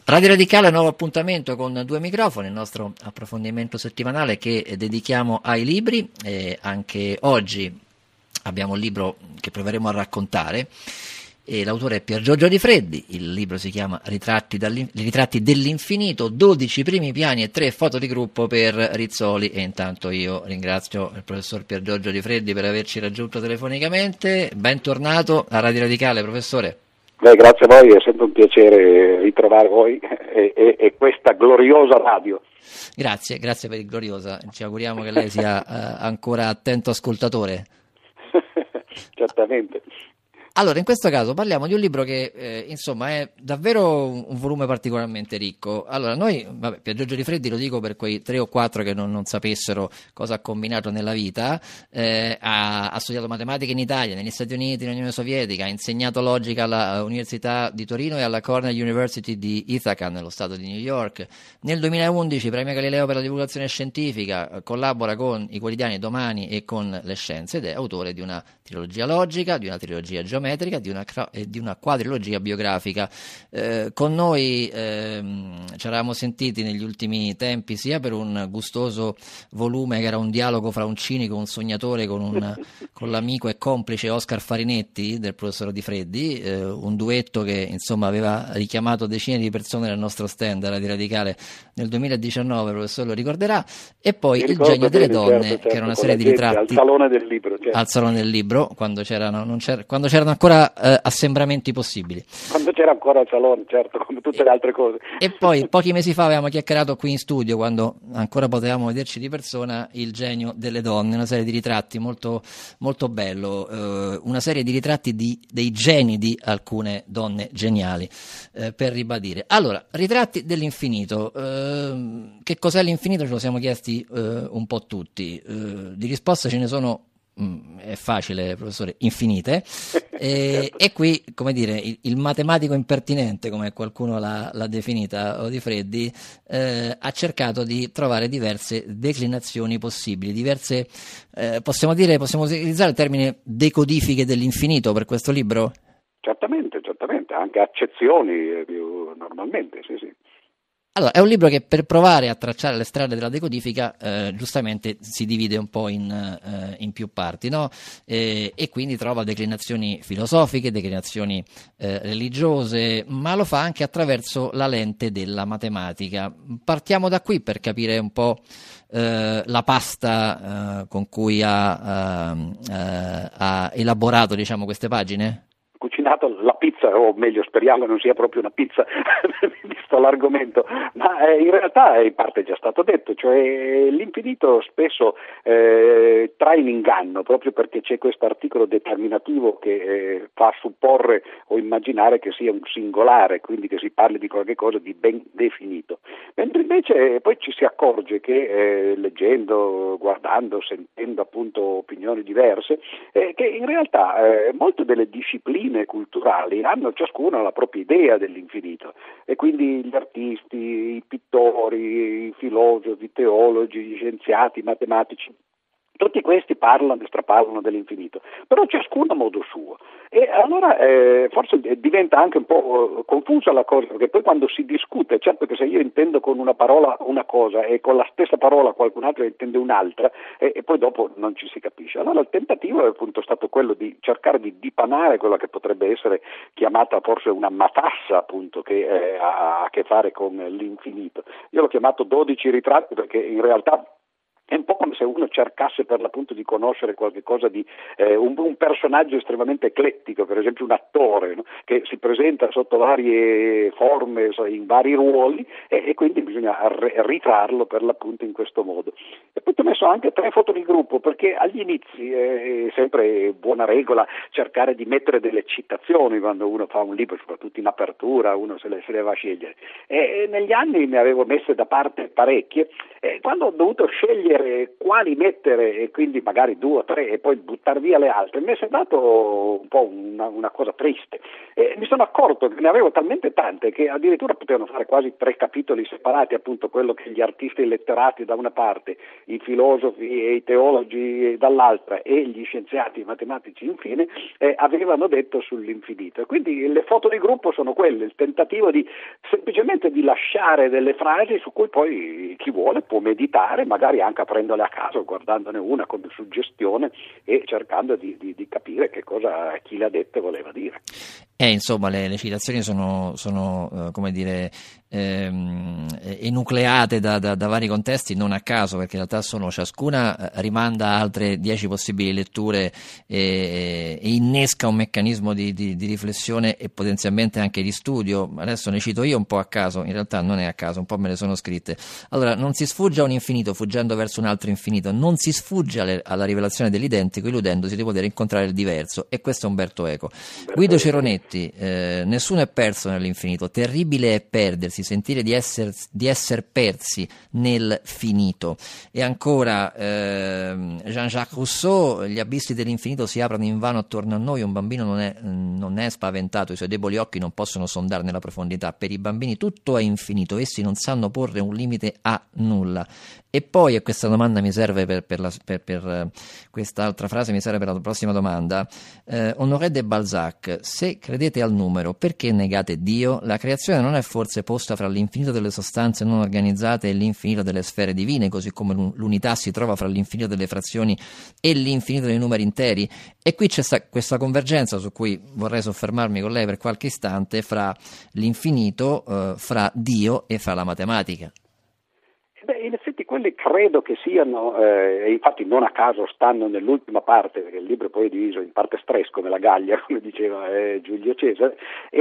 Radio Radicale, nuovo appuntamento con due microfoni, il nostro approfondimento settimanale che dedichiamo ai libri. Anche oggi abbiamo un libro che proveremo a raccontare. L'autore è Piergiorgio Di Freddi, il libro si chiama Ritratti dell'infinito, 12 primi piani e 3 foto di gruppo per Rizzoli. E intanto io ringrazio il professor Piergiorgio Di Freddi per averci raggiunto telefonicamente. Bentornato a Radio Radicale, professore. Grazie a voi, è sempre un piacere ritrovare voi e questa gloriosa radio. Grazie per il gloriosa, ci auguriamo che lei sia ancora attento ascoltatore. Certamente. Allora, in questo caso parliamo di un libro che, insomma, è davvero un volume particolarmente ricco. Allora, noi, Piergiorgio Di Freddi, lo dico per quei 3 o 4 che non sapessero cosa ha combinato nella vita, ha studiato matematica in Italia, negli Stati Uniti, nell'Unione Sovietica, ha insegnato logica all'Università di Torino e alla Cornell University di Ithaca, nello stato di New York. Nel 2011, Premio Galileo per la divulgazione scientifica, collabora con i quotidiani Domani e con Le Scienze ed è autore di una trilogia logica, di una trilogia geometrica, di una quadrilogia biografica. Con noi ci eravamo sentiti negli ultimi tempi sia per un gustoso volume che era un dialogo fra un cinico e un sognatore con l'amico e complice Oscar Farinetti del professor Di Freddi, un duetto che insomma aveva richiamato decine di persone nel nostro stand Radio Radicale nel 2019, il professore lo ricorderà, e poi Il genio delle donne, certo, che era una serie di ritratti al Salone del Libro, certo. Al Salone del Libro, quando c'erano ancora assembramenti possibili. Quando c'era ancora il Salone, certo, come tutte le altre cose. E poi pochi mesi fa avevamo chiacchierato qui in studio, quando ancora potevamo vederci di persona, Il genio delle donne, una serie di ritratti molto, molto bello, una serie di ritratti dei geni di alcune donne geniali, per ribadire. Allora, ritratti dell'infinito. Che cos'è l'infinito? Ce lo siamo chiesti un po' tutti. Di risposte ce ne sono, è facile, professore, infinite. Certo. E qui, come dire, il matematico impertinente, come qualcuno l'ha definita, o Di Freddi, ha cercato di trovare diverse declinazioni possibili, diverse, possiamo utilizzare il termine decodifiche dell'infinito per questo libro? Certamente, anche accezioni normalmente, sì. Allora, è un libro che per provare a tracciare le strade della decodifica, giustamente si divide un po' in più parti, no? E quindi trova declinazioni filosofiche, declinazioni religiose, ma lo fa anche attraverso la lente della matematica. Partiamo da qui per capire un po' la pasta con cui ha elaborato, diciamo, queste pagine. Cucinato la pizza, o meglio speriamo non sia proprio una pizza, visto l'argomento, ma in realtà in parte è già stato detto, cioè l'infinito spesso trae in inganno, proprio perché c'è questo articolo determinativo che fa supporre o immaginare che sia un singolare, quindi che si parli di qualche cosa di ben definito, mentre invece poi ci si accorge che leggendo, guardando, sentendo appunto opinioni diverse, che in realtà molte delle discipline culturali hanno ciascuno la propria idea dell'infinito, e quindi gli artisti, i pittori, i filosofi, i teologi, gli scienziati, i matematici, tutti questi parlano e straparlano dell'infinito, però ciascuno a modo suo. E allora forse diventa anche un po' confusa la cosa, perché poi quando si discute, certo che se io intendo con una parola una cosa e con la stessa parola qualcun altro intende un'altra, e poi dopo non ci si capisce. Allora il tentativo è appunto stato quello di cercare di dipanare quella che potrebbe essere chiamata forse una matassa, appunto, che ha a che fare con l'infinito. Io l'ho chiamato 12 ritratti perché in realtà è un po' come se uno cercasse per l'appunto di conoscere qualche cosa di un personaggio estremamente eclettico, per esempio un attore, no? Che si presenta sotto varie forme, in vari ruoli, e quindi bisogna ritrarlo per l'appunto in questo modo. E poi ti ho messo anche 3 foto di gruppo, perché agli inizi è sempre buona regola cercare di mettere delle citazioni quando uno fa un libro, soprattutto in apertura uno se le va a scegliere. E negli anni ne avevo messe da parte parecchie, e quando ho dovuto scegliere sapere quali mettere e quindi magari 2 o 3 e poi buttare via le altre mi è sembrato un po' una cosa triste, e mi sono accorto che ne avevo talmente tante che addirittura potevano fare quasi 3 capitoli separati, appunto quello che gli artisti letterati da una parte, i filosofi e i teologi dall'altra e gli scienziati e i matematici infine avevano detto sull'infinito. E quindi le foto di gruppo sono quelle, il tentativo di semplicemente di lasciare delle frasi su cui poi chi vuole può meditare, magari anche aprendole a caso, guardandone una come suggestione e cercando di capire che cosa chi l'ha detta voleva dire. Insomma, le citazioni sono come dire, enucleate da vari contesti, non a caso, perché in realtà ciascuna rimanda a altre 10 possibili letture e innesca un meccanismo di riflessione e potenzialmente anche di studio. Adesso ne cito io un po' a caso, in realtà non è a caso, un po' me le sono scritte. Allora, non si sfugge a un infinito fuggendo verso un altro infinito, non si sfugge alla rivelazione dell'identico illudendosi di poter incontrare il diverso, e questo è Umberto Eco. Guido Ceronetti, nessuno è perso nell'infinito, terribile è perdersi, sentire di esser persi nel finito. E ancora Jean-Jacques Rousseau, gli abissi dell'infinito si aprono invano attorno a noi, un bambino non è spaventato, i suoi deboli occhi non possono sondare nella profondità, per i bambini tutto è infinito, essi non sanno porre un limite a nulla. E poi, e questa domanda mi serve per quest'altra frase, mi serve per la prossima domanda, Honoré de Balzac, se credete al numero, perché negate Dio? La creazione non è forse posta fra l'infinito delle sostanze non organizzate e l'infinito delle sfere divine, così come l'unità si trova fra l'infinito delle frazioni e l'infinito dei numeri interi? E qui c'è questa convergenza su cui vorrei soffermarmi con lei per qualche istante, fra l'infinito, fra Dio e fra la matematica. In effetti quelli credo che siano, e infatti non a caso stanno nell'ultima parte, perché il libro poi è diviso in parte stress come la Gallia, come diceva Giulio Cesare,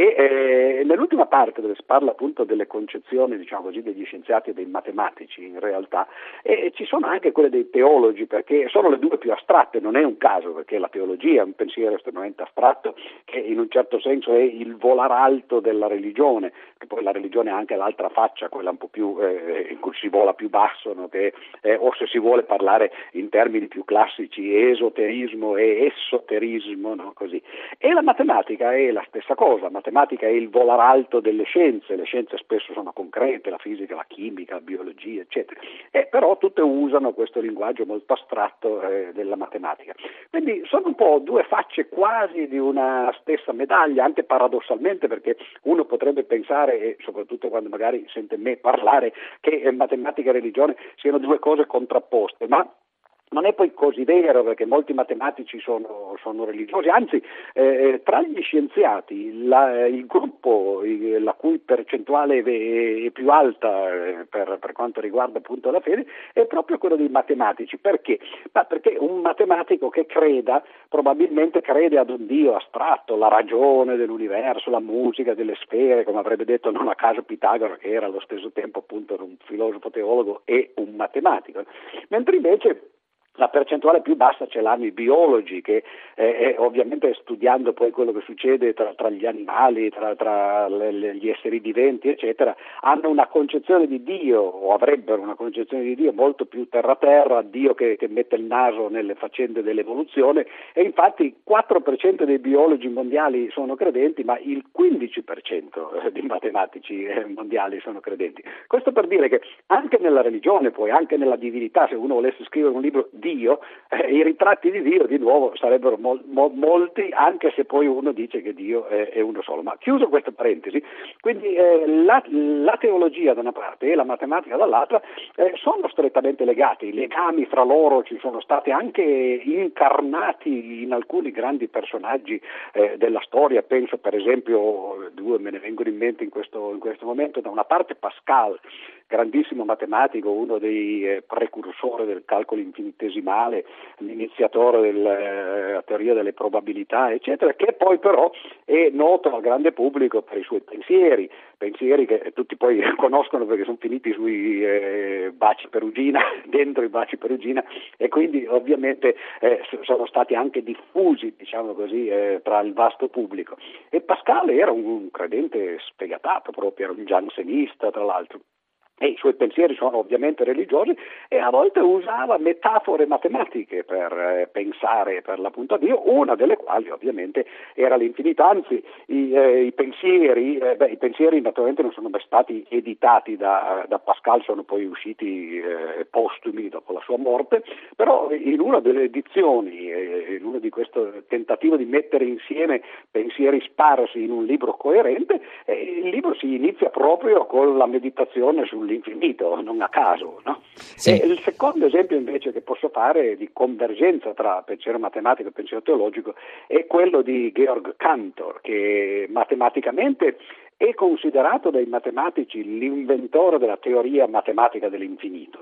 e nell'ultima parte dove si parla appunto delle concezioni, diciamo così, degli scienziati e dei matematici in realtà, e ci sono anche quelle dei teologi, perché sono le due più astratte, non è un caso, perché la teologia è un pensiero estremamente astratto che in un certo senso è il volar alto della religione, che poi la religione ha anche l'altra faccia, quella un po' più in cui si vola più basso, no? O se si vuole parlare in termini più classici, esoterismo e essoterismo, no? Così. E la matematica è la stessa cosa, la matematica è il volar alto delle scienze, le scienze spesso sono concrete, la fisica, la chimica, la biologia, eccetera, e però tutte usano questo linguaggio molto astratto della matematica. Quindi sono un po' due facce quasi di una stessa medaglia, anche paradossalmente, perché uno potrebbe pensare, e soprattutto quando magari sente me parlare, che matematica e religione siano due cose contrapposte, ma non è poi così vero, perché molti matematici sono religiosi, anzi tra gli scienziati il gruppo la cui percentuale è più alta per quanto riguarda appunto la fede è proprio quello dei matematici. Perché? Ma perché un matematico che creda probabilmente crede ad un Dio astratto, la ragione dell'universo, la musica delle sfere, come avrebbe detto non a caso Pitagora, che era allo stesso tempo appunto un filosofo teologo e un matematico, mentre invece la percentuale più bassa ce l'hanno i biologi, che ovviamente studiando poi quello che succede tra gli animali, tra gli esseri viventi, eccetera, hanno una concezione di Dio, o avrebbero una concezione di Dio molto più terra-terra, Dio che mette il naso nelle faccende dell'evoluzione, e infatti il 4% dei biologi mondiali sono credenti, ma il 15% dei matematici mondiali sono credenti. Questo per dire che anche nella religione, poi anche nella divinità, se uno volesse scrivere un libro Dio, i ritratti di Dio di nuovo sarebbero molti, anche se poi uno dice che Dio è uno solo. Ma chiuso questa parentesi, quindi la teologia da una parte e la matematica dall'altra sono strettamente legati, i legami fra loro ci sono stati anche incarnati in alcuni grandi personaggi della storia. Penso per esempio, due me ne vengono in mente in questo momento, da una parte Pascal, grandissimo matematico, uno dei precursori del calcolo infinitesimale, l'iniziatore della teoria delle probabilità, eccetera, che poi però è noto al grande pubblico per i suoi pensieri che tutti poi conoscono perché sono finiti sui baci Perugina, dentro i baci Perugina, e quindi ovviamente sono stati anche diffusi, diciamo così, tra il vasto pubblico. E Pascal era un credente sfegatato proprio, era un giansenista tra l'altro. e i suoi pensieri sono ovviamente religiosi, e a volte usava metafore matematiche per pensare per l'appunto a Dio, una delle quali ovviamente era l'infinito. Anzi, i pensieri naturalmente non sono mai stati editati da Pascal, sono poi usciti postumi dopo la sua morte, però in una delle edizioni, in uno di questo tentativo di mettere insieme pensieri sparsi in un libro coerente, il libro si inizia proprio con la meditazione sull'infinito, non a caso, no? Sì. E il secondo esempio invece che posso fare di convergenza tra pensiero matematico e pensiero teologico è quello di Georg Cantor, che matematicamente è considerato dai matematici l'inventore della teoria matematica dell'infinito.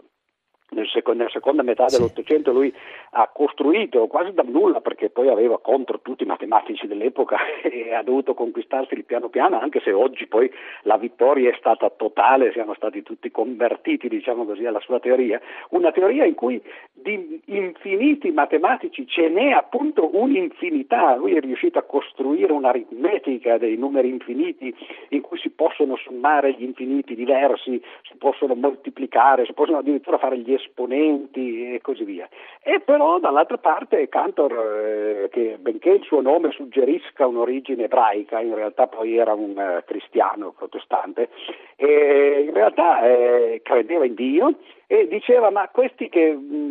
Nella seconda metà dell'Ottocento lui ha costruito quasi da nulla, perché poi aveva contro tutti i matematici dell'epoca e ha dovuto conquistarseli piano piano, anche se oggi poi la vittoria è stata totale, siamo stati tutti convertiti, diciamo così, alla sua teoria, una teoria in cui di infiniti matematici ce n'è appunto un'infinità. Lui è riuscito a costruire un'aritmetica dei numeri infiniti in cui si possono sommare gli infiniti diversi, si possono moltiplicare, si possono addirittura fare gli esponenti e così via. E però dall'altra parte Cantor, che benché il suo nome suggerisca un'origine ebraica, in realtà poi era un cristiano protestante, e in realtà credeva in Dio e diceva: ma questi che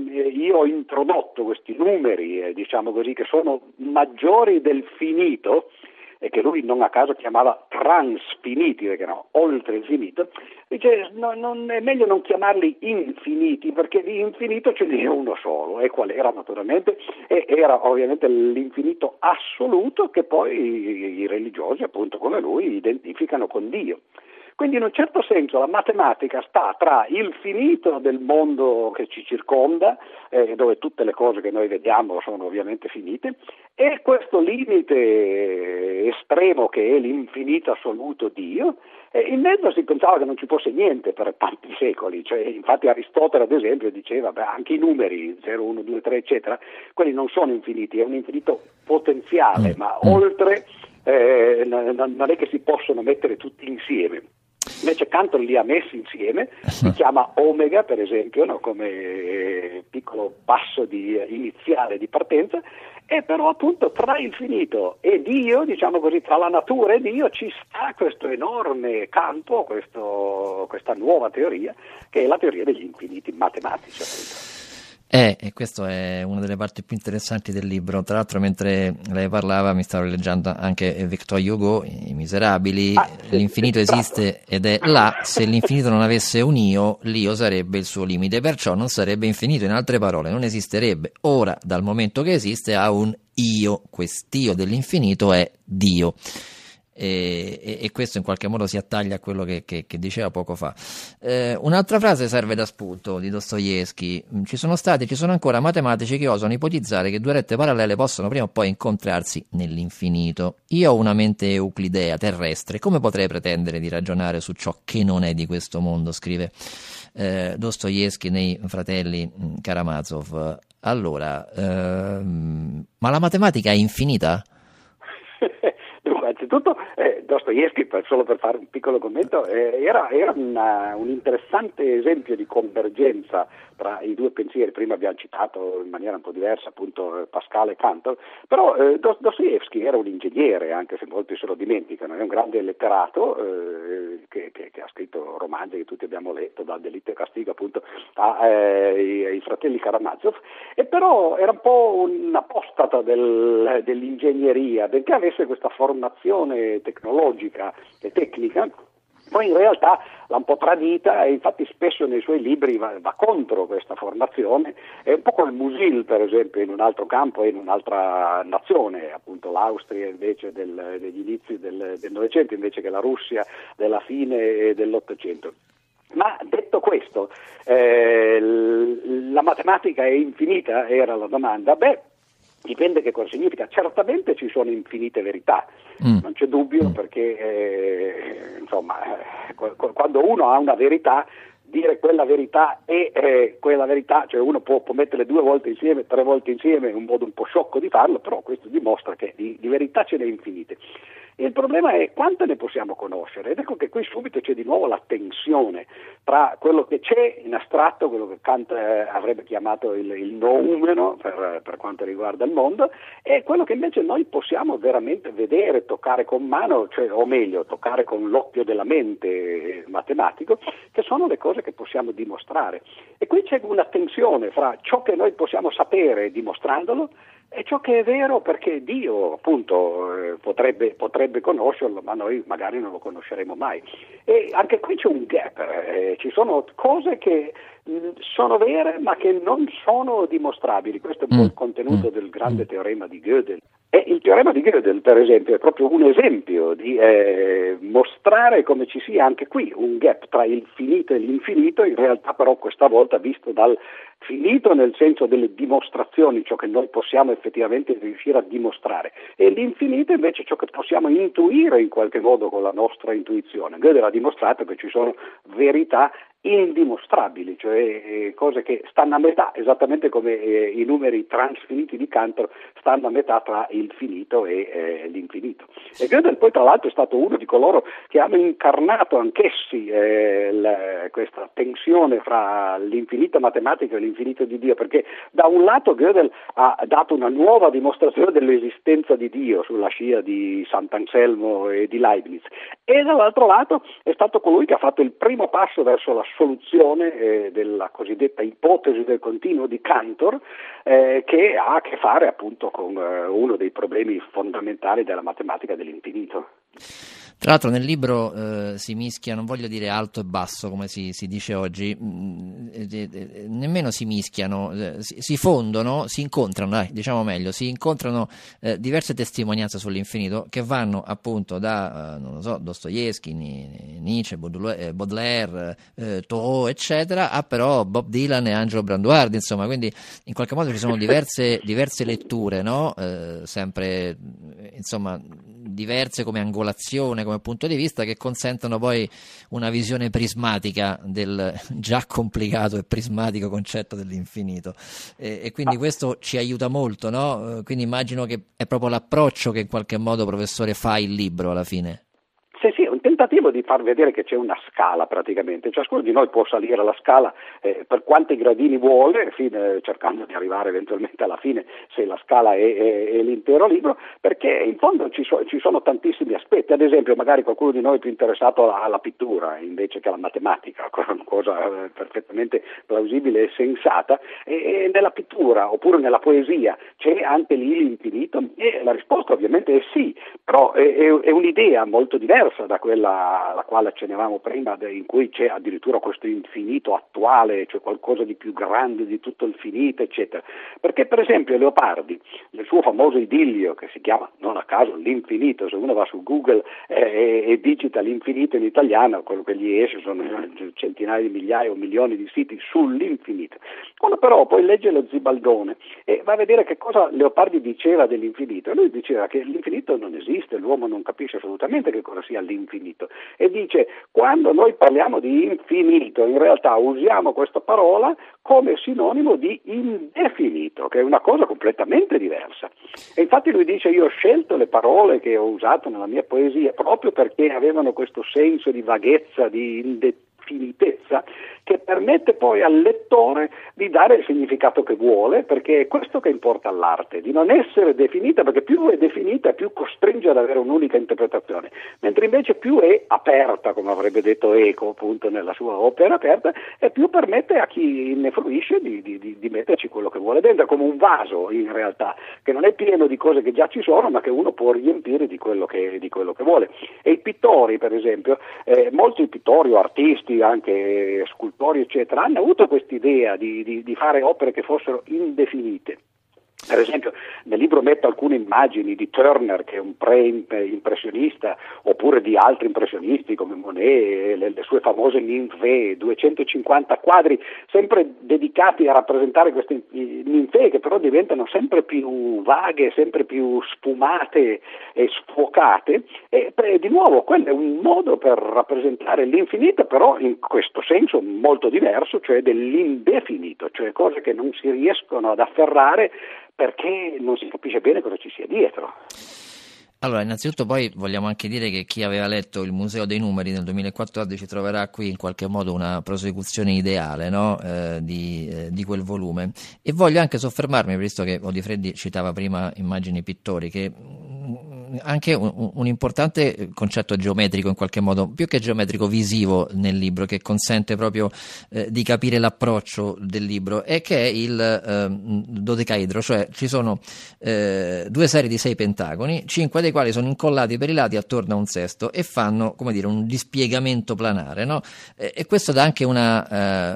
io ho introdotto, questi numeri, diciamo così, che sono maggiori del finito, e che lui non a caso chiamava transfiniti, perché erano oltre il finito, dice non è meglio non chiamarli infiniti, perché di infinito ce n'è uno solo, e qual era naturalmente? Era ovviamente l'infinito assoluto, che poi i religiosi, appunto come lui, identificano con Dio. Quindi in un certo senso la matematica sta tra il finito del mondo che ci circonda, dove tutte le cose che noi vediamo sono ovviamente finite, e questo limite estremo che è l'infinito assoluto Dio. In mezzo si pensava che non ci fosse niente per tanti secoli, cioè, infatti Aristotele ad esempio diceva anche i numeri 0, 1, 2, 3 eccetera, quelli non sono infiniti, è un infinito potenziale, ma oltre non è che si possono mettere tutti insieme. Invece Cantor li ha messi insieme, si chiama omega per esempio, no? Come piccolo passo iniziale di partenza, e però appunto tra il finito e Dio, diciamo così, tra la natura e Dio ci sta questo enorme campo, questa nuova teoria, che è la teoria degli infiniti matematici, appunto. E questa è una delle parti più interessanti del libro. Tra l'altro, mentre lei parlava, mi stavo leggendo anche Victor Hugo, I Miserabili. Sì, l'infinito esiste ed è là. Se l'infinito non avesse un io, l'io sarebbe il suo limite, perciò non sarebbe infinito. In altre parole, non esisterebbe. Ora, dal momento che esiste, ha un io. Quest'io dell'infinito è Dio. E questo in qualche modo si attaglia a quello che diceva poco fa. Un'altra frase serve da spunto di Dostoevskij: ci sono ancora matematici che osano ipotizzare che due rette parallele possono prima o poi incontrarsi nell'infinito. Io ho una mente euclidea terrestre, come potrei pretendere di ragionare su ciò che non è di questo mondo, scrive Dostoevskij nei Fratelli Karamazov. Allora, ma la matematica è infinita? Anzitutto Dostoevskij, solo per fare un piccolo commento, era un interessante esempio di convergenza tra i due pensieri. Prima abbiamo citato in maniera un po' diversa appunto Pascal e Cantor, però Dostoevskij era un ingegnere, anche se molti se lo dimenticano, è un grande letterato che ha scritto romanzi che tutti abbiamo letto, da Delitto e Castigo appunto ai Fratelli Karamazov, e però era un po' un apostata dell'ingegneria, benché avesse questa formazione tecnologica e tecnica. Poi in realtà l'ha un po' tradita, e infatti spesso nei suoi libri va contro questa formazione. È un po' come Musil, per esempio, in un altro campo e in un'altra nazione, appunto l'Austria invece degli inizi del Novecento, invece che la Russia della fine dell'Ottocento. Ma detto questo, la matematica è infinita, era la domanda. Dipende che cosa significa. Certamente ci sono infinite verità, non c'è dubbio, perché quando uno ha una verità, dire quella verità è quella verità, cioè uno può metterle 2 volte insieme, 3 volte insieme, è un modo un po' sciocco di farlo, però questo dimostra che di verità ce ne è infinite. Il problema è quante ne possiamo conoscere, ed ecco che qui subito c'è di nuovo la tensione tra quello che c'è in astratto, quello che Kant avrebbe chiamato il noumeno per quanto riguarda il mondo, e quello che invece noi possiamo veramente vedere, toccare con mano, cioè, o meglio, toccare con l'occhio della mente matematico, che sono le cose che possiamo dimostrare. E qui c'è una tensione fra ciò che noi possiamo sapere dimostrandolo e ciò che è vero, perché Dio appunto potrebbe conoscerlo, ma noi magari non lo conosceremo mai. E anche qui c'è un gap, ci sono cose che sono vere ma che non sono dimostrabili. Questo è un po' il contenuto del grande teorema di Gödel. E il teorema di Gödel, per esempio, è proprio un esempio di mostrare come ci sia anche qui un gap tra il finito e l'infinito, in realtà però questa volta visto dal finito nel senso delle dimostrazioni, ciò che noi possiamo effettivamente riuscire a dimostrare, e l'infinito invece ciò che possiamo intuire in qualche modo con la nostra intuizione. Gödel ha dimostrato che ci sono verità indimostrabili, cioè cose che stanno a metà, esattamente come i numeri transfiniti di Cantor stanno a metà tra il finito e l'infinito. E Gödel poi tra l'altro è stato uno di coloro che hanno incarnato anch'essi questa tensione fra l'infinito matematico e l'infinito di Dio, perché da un lato Gödel ha dato una nuova dimostrazione dell'esistenza di Dio sulla scia di Sant'Anselmo e di Leibniz, e dall'altro lato è stato colui che ha fatto il primo passo verso la soluzione della cosiddetta ipotesi del continuo di Cantor, che ha a che fare appunto con uno dei problemi fondamentali della matematica dell'infinito. Tra l'altro nel libro si mischia, non voglio dire alto e basso come si dice oggi, nemmeno si mischiano, si fondono, si incontrano, diciamo meglio, si incontrano diverse testimonianze sull'infinito che vanno appunto da, non lo so, Dostoevsky, Nietzsche, Baudelaire, Thoreau, eccetera, a però Bob Dylan e Angelo Branduardi, insomma, quindi in qualche modo ci sono diverse letture, no? Sempre, insomma, diverse come angolazione, come punto di vista, che consentono poi una visione prismatica del già complicato e prismatico concetto dell'infinito, e quindi questo ci aiuta molto, no? Quindi immagino che è proprio l'approccio che in qualche modo, professore, fa il libro alla fine. Sì, un tentativo di far vedere che c'è una scala praticamente, ciascuno di noi può salire la scala per quanti gradini vuole, cercando di arrivare eventualmente alla fine se la scala è l'intero libro, perché in fondo ci sono tantissimi aspetti. Ad esempio magari qualcuno di noi è più interessato alla pittura invece che alla matematica, cosa perfettamente plausibile e sensata, e nella pittura oppure nella poesia c'è anche lì l'infinito, e la risposta ovviamente è sì, però è un'idea molto diversa da quella alla quale accennavamo prima, in cui c'è addirittura questo infinito attuale, cioè qualcosa di più grande di tutto il finito, eccetera. Perché per esempio Leopardi, nel suo famoso idillio che si chiama non a caso L'infinito, se uno va su Google e digita l'infinito in italiano, quello che gli esce sono centinaia di migliaia o milioni di siti sull'infinito. Quando però poi legge lo Zibaldone e va a vedere che cosa Leopardi diceva dell'infinito, e lui diceva che l'infinito non esiste, l'uomo non capisce assolutamente che cosa sia l'infinito, e dice: quando noi parliamo di infinito in realtà usiamo questa parola come sinonimo di indefinito, che è una cosa completamente diversa. E infatti lui dice: io ho scelto le parole che ho usato nella mia poesia proprio perché avevano questo senso di vaghezza, di indefinitezza, che permette poi al lettore di dare il significato che vuole, perché è questo che importa all'arte, di non essere definita, perché più è definita più costringe ad avere un'unica interpretazione, mentre invece più è aperta, come avrebbe detto Eco appunto nella sua opera aperta, e più permette a chi ne fruisce di metterci quello che vuole dentro, come un vaso in realtà, che non è pieno di cose che già ci sono, ma che uno può riempire di quello che vuole. E i pittori, per esempio, molti pittori o artisti, anche scultori eccetera, hanno avuto quest'idea di fare opere che fossero indefinite. Per esempio nel libro metto alcune immagini di Turner, che è un pre-impressionista, oppure di altri impressionisti come Monet, le sue famose ninfee, 250 quadri sempre dedicati a rappresentare queste ninfee, che però diventano sempre più vaghe, sempre più sfumate e sfocate, e di nuovo quello è un modo per rappresentare l'infinito, però in questo senso molto diverso, cioè dell'indefinito, cioè cose che non si riescono ad afferrare perché non si capisce bene cosa ci sia dietro. Allora, innanzitutto poi vogliamo anche dire che chi aveva letto il Museo dei Numeri nel 2014 troverà qui in qualche modo una prosecuzione ideale, no? Di quel volume. E voglio anche soffermarmi, visto che Odifreddi citava prima immagini pittoriche, anche un importante concetto geometrico in qualche modo, più che geometrico visivo nel libro, che consente proprio di capire l'approccio del libro, e che è il dodecaedro, cioè ci sono 2 serie di 6 pentagoni, 5 dei quali sono incollati per i lati attorno a un sesto e fanno, come dire, un dispiegamento planare, no? E questo dà anche una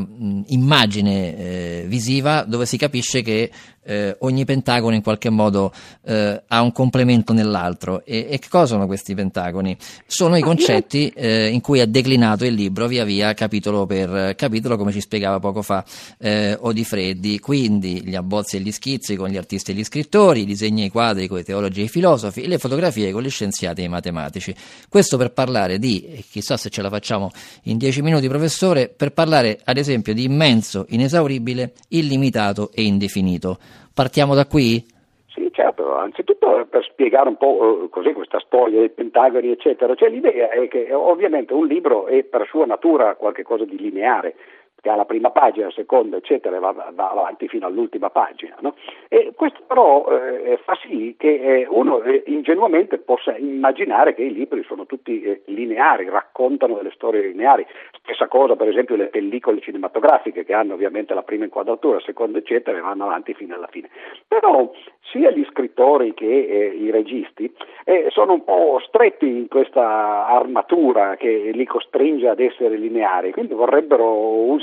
immagine visiva, dove si capisce che ogni pentagono in qualche modo ha un complemento nell'altro. E che cosa sono questi pentagoni? Sono i concetti in cui è declinato il libro via via, capitolo per capitolo, come ci spiegava poco fa Odifreddi. Quindi gli abbozzi e gli schizzi con gli artisti e gli scrittori, i disegni e i quadri con i teologi e i filosofi, le fotografie con gli scienziati e i matematici. Questo per parlare di, chissà se ce la facciamo in 10 minuti, professore, per parlare ad esempio di immenso, inesauribile, illimitato e indefinito. Partiamo da qui? Sì, certo, anzitutto per spiegare un po' così questa storia dei pentagoni, eccetera, cioè l'idea è che ovviamente un libro è per sua natura qualcosa di lineare, che ha la prima pagina, la seconda, eccetera, e va avanti fino all'ultima pagina, no? E questo però fa sì che uno ingenuamente possa immaginare che i libri sono tutti lineari, raccontano delle storie lineari. Stessa cosa per esempio le pellicole cinematografiche, che hanno ovviamente la prima inquadratura, la seconda, eccetera, e vanno avanti fino alla fine. Però sia gli scrittori che i registi sono un po' stretti in questa armatura che li costringe ad essere lineari, quindi vorrebbero usare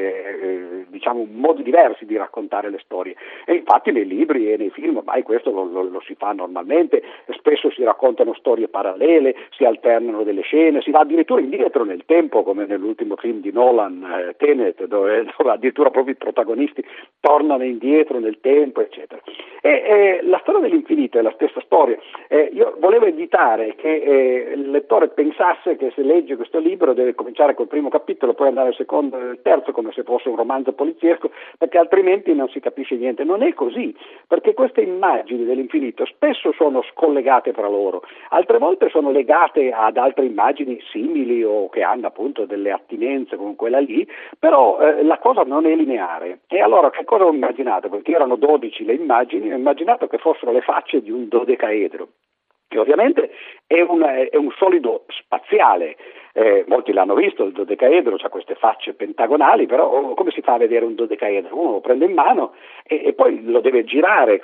diciamo modi diversi di raccontare le storie, e infatti nei libri e nei film ormai questo lo si fa normalmente. Spesso si raccontano storie parallele, si alternano delle scene, si va addirittura indietro nel tempo, come nell'ultimo film di Nolan, Tenet, dove addirittura proprio i protagonisti tornano indietro nel tempo, eccetera. E la storia dell'infinito è la stessa storia. Io volevo evitare che il lettore pensasse che se legge questo libro deve cominciare col primo capitolo, poi andare al secondo e al terzo, come se fosse un romanzo poliziesco, perché altrimenti non si capisce niente. Non è così, perché queste immagini dell'infinito spesso sono scollegate fra loro, altre volte sono legate ad altre immagini simili o che hanno appunto delle attinenze con quella lì, però la cosa non è lineare. E allora che cosa ho immaginato? Perché erano 12 le immagini, ho immaginato che fossero le facce di un dodecaedro, che ovviamente è un solido spaziale. Molti l'hanno visto, il dodecaedro ha queste facce pentagonali, però come si fa a vedere un dodecaedro? Uno lo prende in mano e poi lo deve girare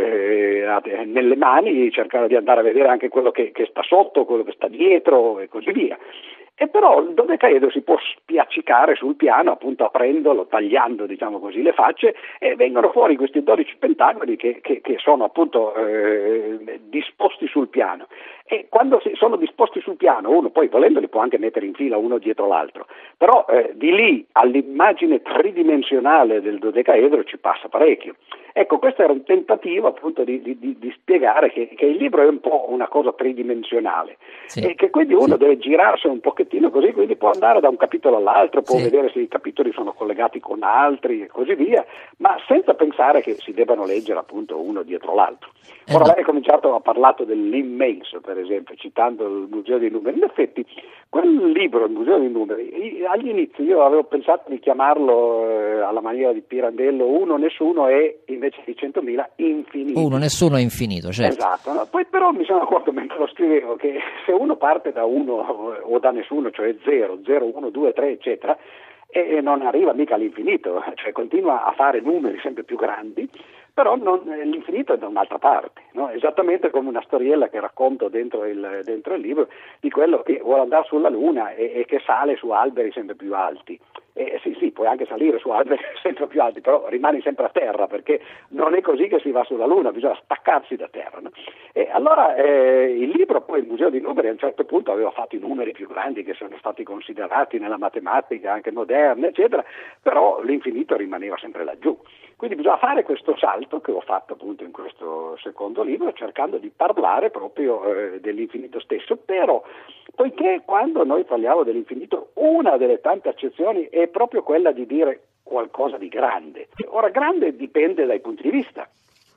nelle mani, cercare di andare a vedere anche quello che sta sotto, quello che sta dietro e così via. E però il dodecaedro si può spiaccicare sul piano, appunto aprendolo, tagliando, diciamo così, le facce, e vengono fuori questi 12 pentagoni che sono appunto disposti sul piano. E quando sono disposti sul piano, uno poi volendo li può anche mettere in fila uno dietro l'altro, però di lì all'immagine tridimensionale del dodecaedro ci passa parecchio. Ecco, questo era un tentativo appunto di spiegare che il libro è un po' una cosa tridimensionale, sì, e che quindi uno deve girarsi un pochettino così, quindi può andare da un capitolo all'altro, può vedere se i capitoli sono collegati con altri e così via, ma senza pensare che si debbano leggere appunto uno dietro l'altro. Ora lei ha cominciato a parlare dell'immenso, per esempio, citando il Museo dei Numeri. In effetti quel libro, il Museo dei Numeri, agli inizi io avevo pensato di chiamarlo alla maniera di Pirandello Uno Nessuno e invece di 100.000 Infinito. Uno Nessuno è infinito, certo. Esatto, no? Poi però mi sono accorto mentre lo scrivevo che se uno parte da uno o da nessuno, cioè 0, 1, 2, 3, eccetera, e non arriva mica all'infinito, cioè continua a fare numeri sempre più grandi, però l'infinito è da un'altra parte, no? Esattamente come una storiella che racconto dentro il libro di quello che vuole andare sulla Luna e che sale su alberi sempre più alti. Sì, puoi anche salire su alberi sempre più alti, però rimani sempre a terra, perché non è così che si va sulla Luna, bisogna staccarsi da terra, no? E allora il libro, poi il Museo dei Numeri, a un certo punto aveva fatto i numeri più grandi che sono stati considerati nella matematica anche moderna, eccetera, però l'infinito rimaneva sempre laggiù. Quindi bisogna fare questo salto che ho fatto appunto in questo secondo libro, cercando di parlare proprio dell'infinito stesso, però poiché quando noi parliamo dell'infinito una delle tante accezioni è proprio quella di dire qualcosa di grande. Ora, grande dipende dai punti di vista.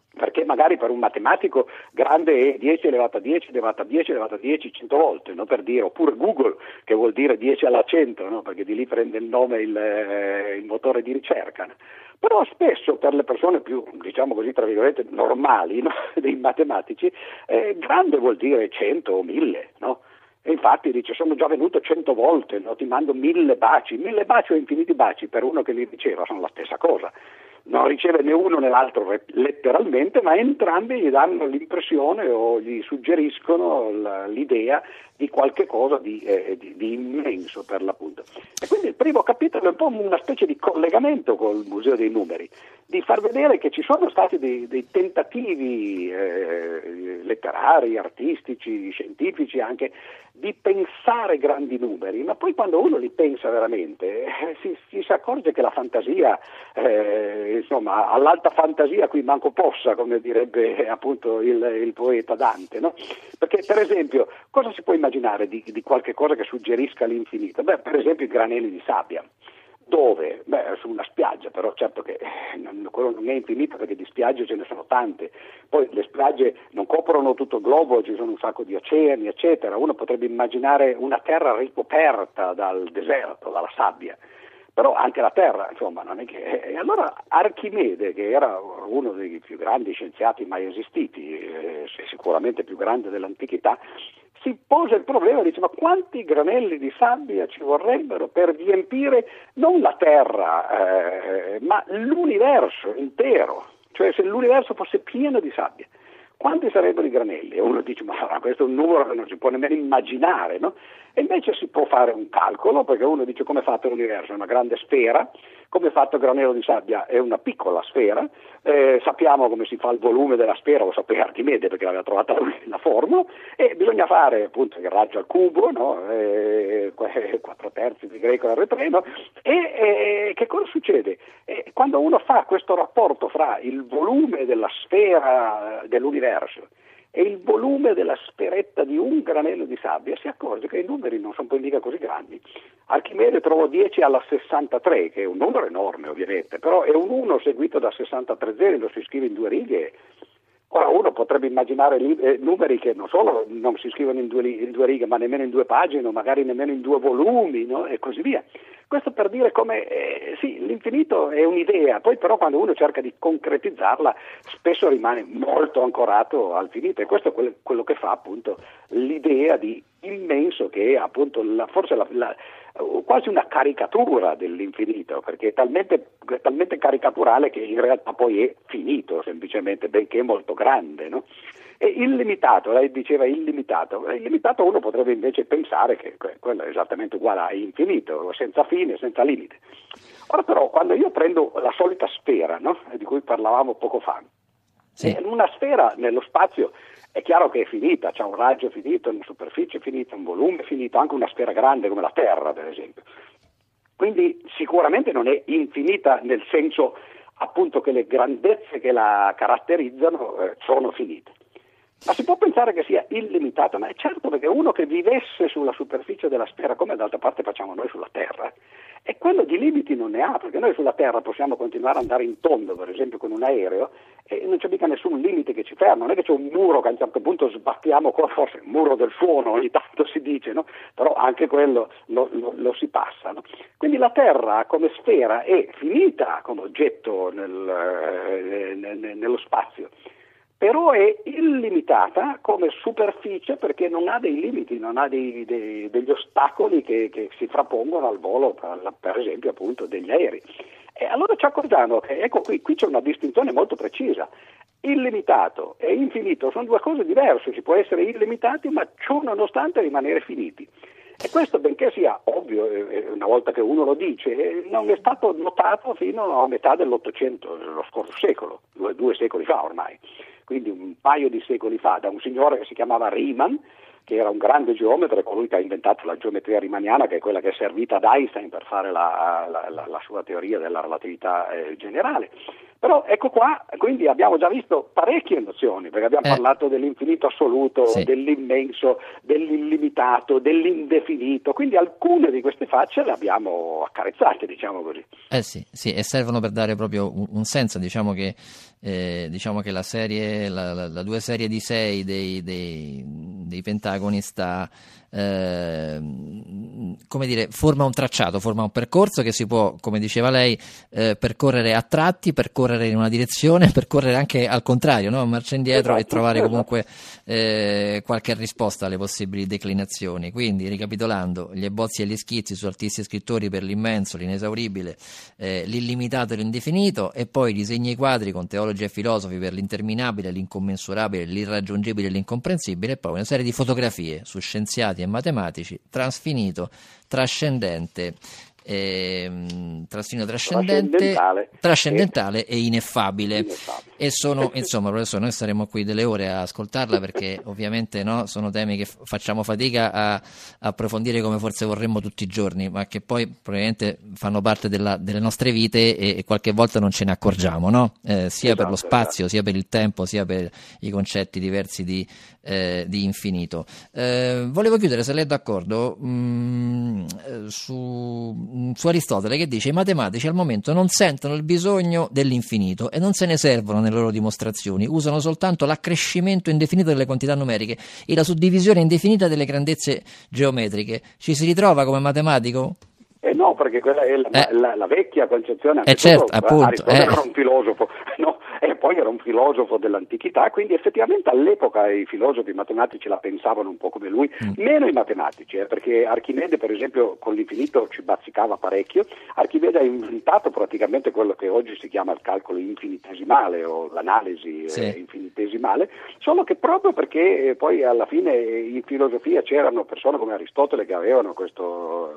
perché magari per un matematico grande è 10 elevata a 10 elevata a 10 elevata a 10 100 volte, no? Per dire, oppure Google, che vuol dire 10 alla 100, no? Perché di lì prende il nome il motore di ricerca, no? Però spesso per le persone più, diciamo così, tra virgolette, normali, no? Dei matematici, grande vuol dire 100 o 1000, no? E infatti dice, sono già venuto 100 volte, no? Ti mando 1000 baci o infiniti baci, per uno che li riceva sono la stessa cosa. Non riceve né uno né l'altro letteralmente, ma entrambi gli danno l'impressione o gli suggeriscono l'idea di qualche cosa di immenso, per l'appunto. E quindi il primo capitolo è un po' una specie di collegamento col Museo dei Numeri, di far vedere che ci sono stati dei tentativi letterari, artistici, scientifici anche, di pensare grandi numeri, ma poi quando uno li pensa veramente si accorge che la fantasia, insomma, all'alta fantasia qui manco possa, come direbbe appunto il poeta Dante, no? Perché per esempio cosa si può immaginare di qualche cosa che suggerisca l'infinito? Beh, per esempio i granelli di sabbia. Dove? Beh, su una spiaggia, però certo che quello non è infinito perché di spiagge ce ne sono tante. Poi le spiagge non coprono tutto il globo, ci sono un sacco di oceani, eccetera. Uno potrebbe immaginare una terra ricoperta dal deserto, dalla sabbia. Però anche la Terra, insomma, non è che... E allora Archimede, che era uno dei più grandi scienziati mai esistiti, sicuramente più grande dell'antichità, si pose il problema e dice: ma quanti granelli di sabbia ci vorrebbero per riempire non la Terra, ma l'universo intero? Cioè, se l'universo fosse pieno di sabbia, quanti sarebbero i granelli? E uno dice: ma questo è un numero che non si può nemmeno immaginare, no? E invece si può fare un calcolo, perché uno dice: come è fatto l'universo? È una grande sfera. Come è fatto il granello di sabbia? È una piccola sfera. Sappiamo come si fa il volume della sfera, lo sapeva Archimede perché l'aveva trovata lui la formula, e bisogna fare appunto il raggio al cubo, no? 4/3 di greco R3, no? E che cosa succede? Quando uno fa questo rapporto fra il volume della sfera dell'universo e il volume della sferetta di un granello di sabbia, si accorge che i numeri non sono poi mica così grandi. Archimede trovò 10 alla 63, che è un numero enorme ovviamente, però è un 1 seguito da 63 zeri, lo si scrive in 2 righe. Ora uno potrebbe immaginare numeri che non solo non si scrivono in due righe, ma nemmeno in 2 pagine, o magari nemmeno in 2 volumi, no? E così via. Questo per dire come, sì, l'infinito è un'idea, poi però quando uno cerca di concretizzarla spesso rimane molto ancorato al finito, e questo è quello che fa appunto l'idea di immenso, che è appunto forse quasi una caricatura dell'infinito, perché è talmente caricaturale che in realtà poi è finito semplicemente, benché molto grande, no? E illimitato, lei diceva illimitato uno potrebbe invece pensare che quello è esattamente uguale a infinito, senza fine, senza limite. Ora però quando io prendo la solita sfera, no? Di cui parlavamo poco fa, sì. Una sfera nello spazio è chiaro che è finita, c'è un raggio finito, una superficie finita, un volume finito, anche una sfera grande come la Terra per esempio. Quindi sicuramente non è infinita nel senso appunto che le grandezze che la caratterizzano sono finite. Ma si può pensare che sia illimitata, ma è certo, perché uno che vivesse sulla superficie della sfera, come d'altra parte facciamo noi sulla Terra, e quello di limiti non ne ha, perché noi sulla Terra possiamo continuare ad andare in tondo, per esempio con un aereo, e non c'è mica nessun limite che ci ferma, non è che c'è un muro che a un certo punto sbattiamo, forse il muro del suono ogni tanto si dice, no? Però anche quello lo si passa, no? Quindi la Terra come sfera è finita come oggetto nello spazio, però è illimitata come superficie perché non ha dei limiti, non ha degli ostacoli che si frappongono al volo, per esempio appunto degli aerei. E allora ci accorgiamo che, ecco qui c'è una distinzione molto precisa. Illimitato e infinito sono 2 cose diverse, si può essere illimitati ma ciò nonostante rimanere finiti. E questo, benché sia ovvio, una volta che uno lo dice, non è stato notato fino a metà dell'Ottocento, dello scorso secolo, 2 secoli fa ormai. Quindi un paio di secoli fa, da un signore che si chiamava Riemann, che era un grande geometra, colui che ha inventato la geometria riemanniana, che è quella che è servita ad Einstein per fare la sua teoria della relatività generale. Però ecco qua, quindi abbiamo già visto parecchie nozioni, perché abbiamo parlato dell'infinito assoluto, sì, dell'immenso, dell'illimitato, dell'indefinito, quindi alcune di queste facce le abbiamo accarezzate, diciamo così. Sì, e servono per dare proprio un senso. Diciamo che la serie, la due serie di 6 dei Pentagoni sta, come dire, forma un tracciato, forma un percorso che si può, come diceva lei, percorrere a tratti, percorrere in una direzione, percorrere anche al contrario, no? Marcia indietro, e trovare comunque qualche risposta alle possibili declinazioni. Quindi, ricapitolando, gli abbozzi e gli schizzi su artisti e scrittori per l'immenso, l'inesauribile, l'illimitato e l'indefinito, e poi disegni e quadri con teologi e filosofi per l'interminabile, l'incommensurabile, l'irraggiungibile e l'incomprensibile, e poi una serie di fotografie su scienziati e matematici, trasfinito, trascendente, trascendentale e ineffabile. E sono, insomma, professore, noi staremo qui delle ore a ascoltarla, perché ovviamente, no, sono temi che facciamo fatica a approfondire come forse vorremmo tutti i giorni, ma che poi probabilmente fanno parte delle nostre vite, e qualche volta non ce ne accorgiamo, no? Sia per lo spazio, sia per il tempo, sia per i concetti diversi di infinito. Volevo chiudere, se lei è d'accordo, su Aristotele, che dice: i matematici al momento non sentono il bisogno dell'infinito e non se ne servono nelle loro dimostrazioni, usano soltanto l'accrescimento indefinito delle quantità numeriche e la suddivisione indefinita delle grandezze geometriche. Ci si ritrova come matematico? No, perché quella è la vecchia concezione. Certo, appunto. Aristotele era un filosofo, no? E poi era un filosofo dell'antichità, quindi effettivamente all'epoca i filosofi matematici la pensavano un po' come lui, meno i matematici, perché Archimede, per esempio, con l'infinito ci bazzicava parecchio. Archimede ha inventato praticamente quello che oggi si chiama il calcolo infinitesimale o l'analisi infinitesimale, solo che proprio perché poi alla fine in filosofia c'erano persone come Aristotele che avevano questa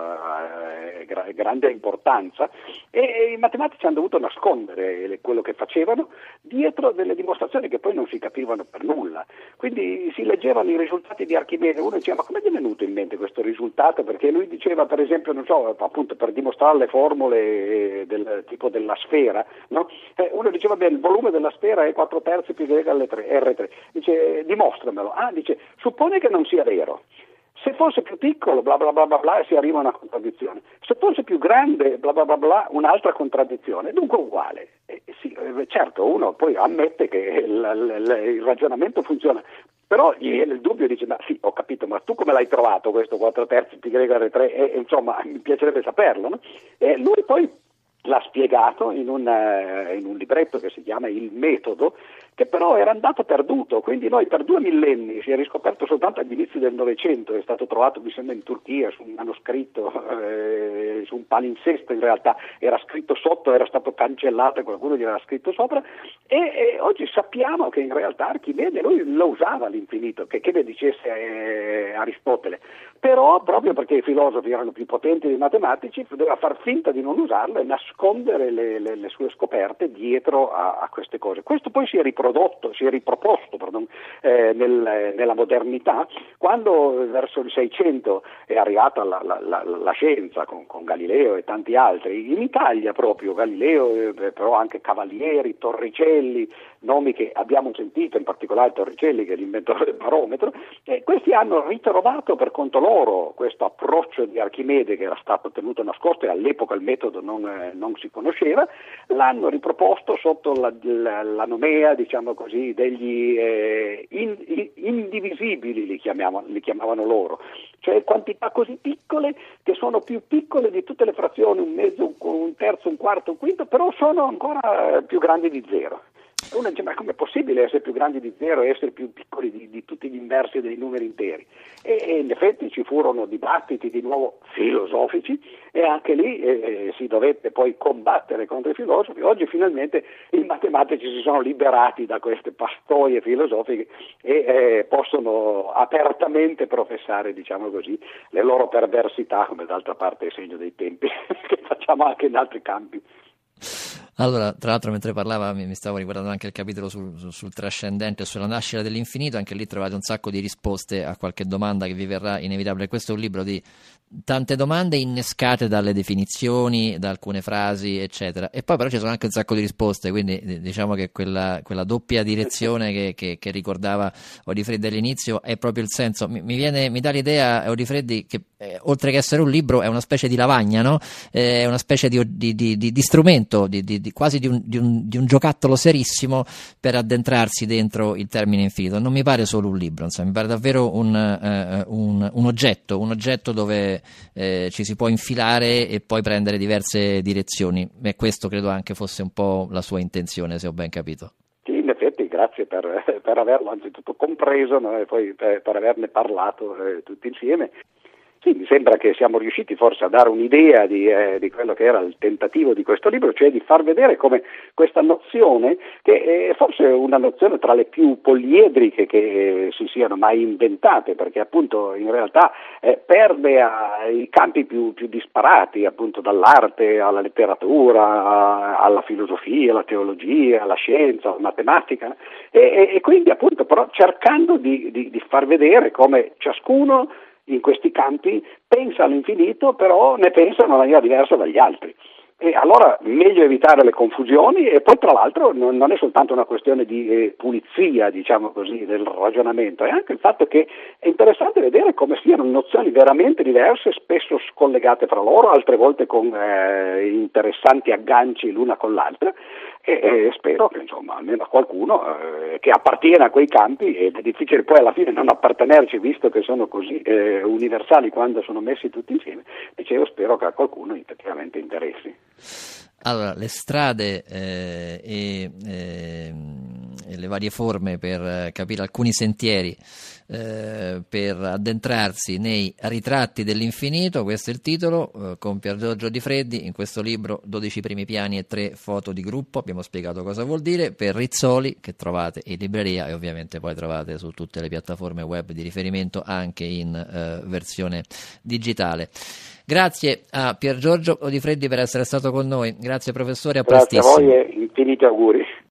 grande importanza, e i matematici hanno dovuto nascondere quello che facevano dietro delle dimostrazioni che poi non si capivano per nulla. Quindi si leggevano i risultati di Archimede, uno diceva: ma come gli è venuto in mente questo risultato? Perché lui diceva, per esempio, non so, appunto per dimostrare le formule del tipo della sfera, no? Uno diceva: beh, il volume della sfera è 4 terzi pi alle R3. Dice: dimostramelo. Dice: suppone che non sia vero. Se fosse più piccolo, bla bla bla bla bla, e si arriva a una contraddizione. Se fosse più grande, bla bla bla bla, un'altra contraddizione. Dunque uguale. Sì, certo, uno poi ammette che il ragionamento funziona, però gli viene il dubbio, dice: ma sì, ho capito, ma tu come l'hai trovato questo 4 terzi pi R3? Insomma, mi piacerebbe saperlo, no? E lui poi l'ha spiegato in un libretto che si chiama Il Metodo, che però era andato perduto. Quindi noi per 2 millenni, si è riscoperto soltanto agli inizi del Novecento, è stato trovato mi sembra in Turchia su un manoscritto, su un palinsesto, in realtà era scritto sotto, era stato cancellato e qualcuno gli aveva scritto sopra, e oggi sappiamo che in realtà Archimede lui lo usava all'infinito, che ne dicesse Aristotele, però proprio perché i filosofi erano più potenti dei matematici poteva far finta di non usarlo e nascondere le sue scoperte dietro a queste cose. Questo poi si è riproposto nella modernità, quando verso il 600 è arrivata la scienza con Galileo e tanti altri. In Italia proprio Galileo, però anche Cavalieri, Torricelli, nomi che abbiamo sentito, in particolare Torricelli che è l'inventore del barometro, e questi hanno ritrovato per conto loro questo approccio di Archimede che era stato tenuto nascosto, e all'epoca il metodo non si conosceva. L'hanno riproposto sotto la nomea, diciamo così, degli indivisibili, li chiamavano loro, cioè quantità così piccole che sono più piccole di tutte le frazioni, un mezzo, un terzo, un quarto, un quinto, però sono ancora più grandi di zero. Uno dice: ma com'è possibile essere più grandi di zero e essere più piccoli di tutti gli inversi dei numeri interi? E in effetti ci furono dibattiti di nuovo filosofici, e anche lì si dovette poi combattere contro i filosofi. Oggi finalmente i matematici si sono liberati da queste pastoie filosofiche e possono apertamente professare, diciamo così, le loro perversità, come d'altra parte è segno dei tempi che facciamo anche in altri campi. Allora, tra l'altro, mentre parlava mi stavo riguardando anche il capitolo sul trascendente, sulla nascita dell'infinito. Anche lì trovate un sacco di risposte a qualche domanda che vi verrà inevitabile. Questo è un libro di tante domande innescate dalle definizioni, da alcune frasi, eccetera. E poi però ci sono anche un sacco di risposte, quindi diciamo che quella doppia direzione che ricordava Odifreddi all'inizio è proprio il senso. Mi dà l'idea, Odifreddi, che oltre che essere un libro è una specie di lavagna, no? È una specie di strumento, quasi di un giocattolo serissimo per addentrarsi dentro il termine infinito. Non mi pare solo un libro, insomma, mi pare davvero un oggetto dove ci si può infilare e poi prendere diverse direzioni, e questo credo anche fosse un po' la sua intenzione, se ho ben capito. Sì, in effetti, grazie per averlo anzitutto compreso, no? E poi per averne parlato tutti insieme. Sì, mi sembra che siamo riusciti forse a dare un'idea di quello che era il tentativo di questo libro, cioè di far vedere come questa nozione, che è forse una nozione tra le più poliedriche che si siano mai inventate, perché appunto in realtà perde i campi più disparati, appunto dall'arte alla letteratura, alla filosofia, alla teologia, alla scienza, alla matematica, e quindi appunto però cercando di far vedere come ciascuno in questi campi pensa all'infinito, però ne pensa in una maniera diversa dagli altri. E allora meglio evitare le confusioni, e poi tra l'altro non è soltanto una questione di pulizia, diciamo così, del ragionamento, è anche il fatto che è interessante vedere come siano nozioni veramente diverse, spesso scollegate fra loro, altre volte con interessanti agganci l'una con l'altra, e spero che insomma almeno a qualcuno che appartiene a quei campi, ed è difficile poi alla fine non appartenerci visto che sono così universali quando sono messi tutti insieme, dicevo, spero che a qualcuno effettivamente interessi. Allora, le strade e le varie forme per capire alcuni sentieri per addentrarsi nei ritratti dell'infinito, questo è il titolo, con Pier Giorgio Odifreddi, in questo libro 12 primi piani e 3 foto di gruppo. Abbiamo spiegato cosa vuol dire, per Rizzoli, che trovate in libreria e ovviamente poi trovate su tutte le piattaforme web di riferimento anche in versione digitale. Grazie a Pier Giorgio Odifreddi per essere stato con noi. Grazie professore, a Grazie prestissimo. a voi e infiniti auguri.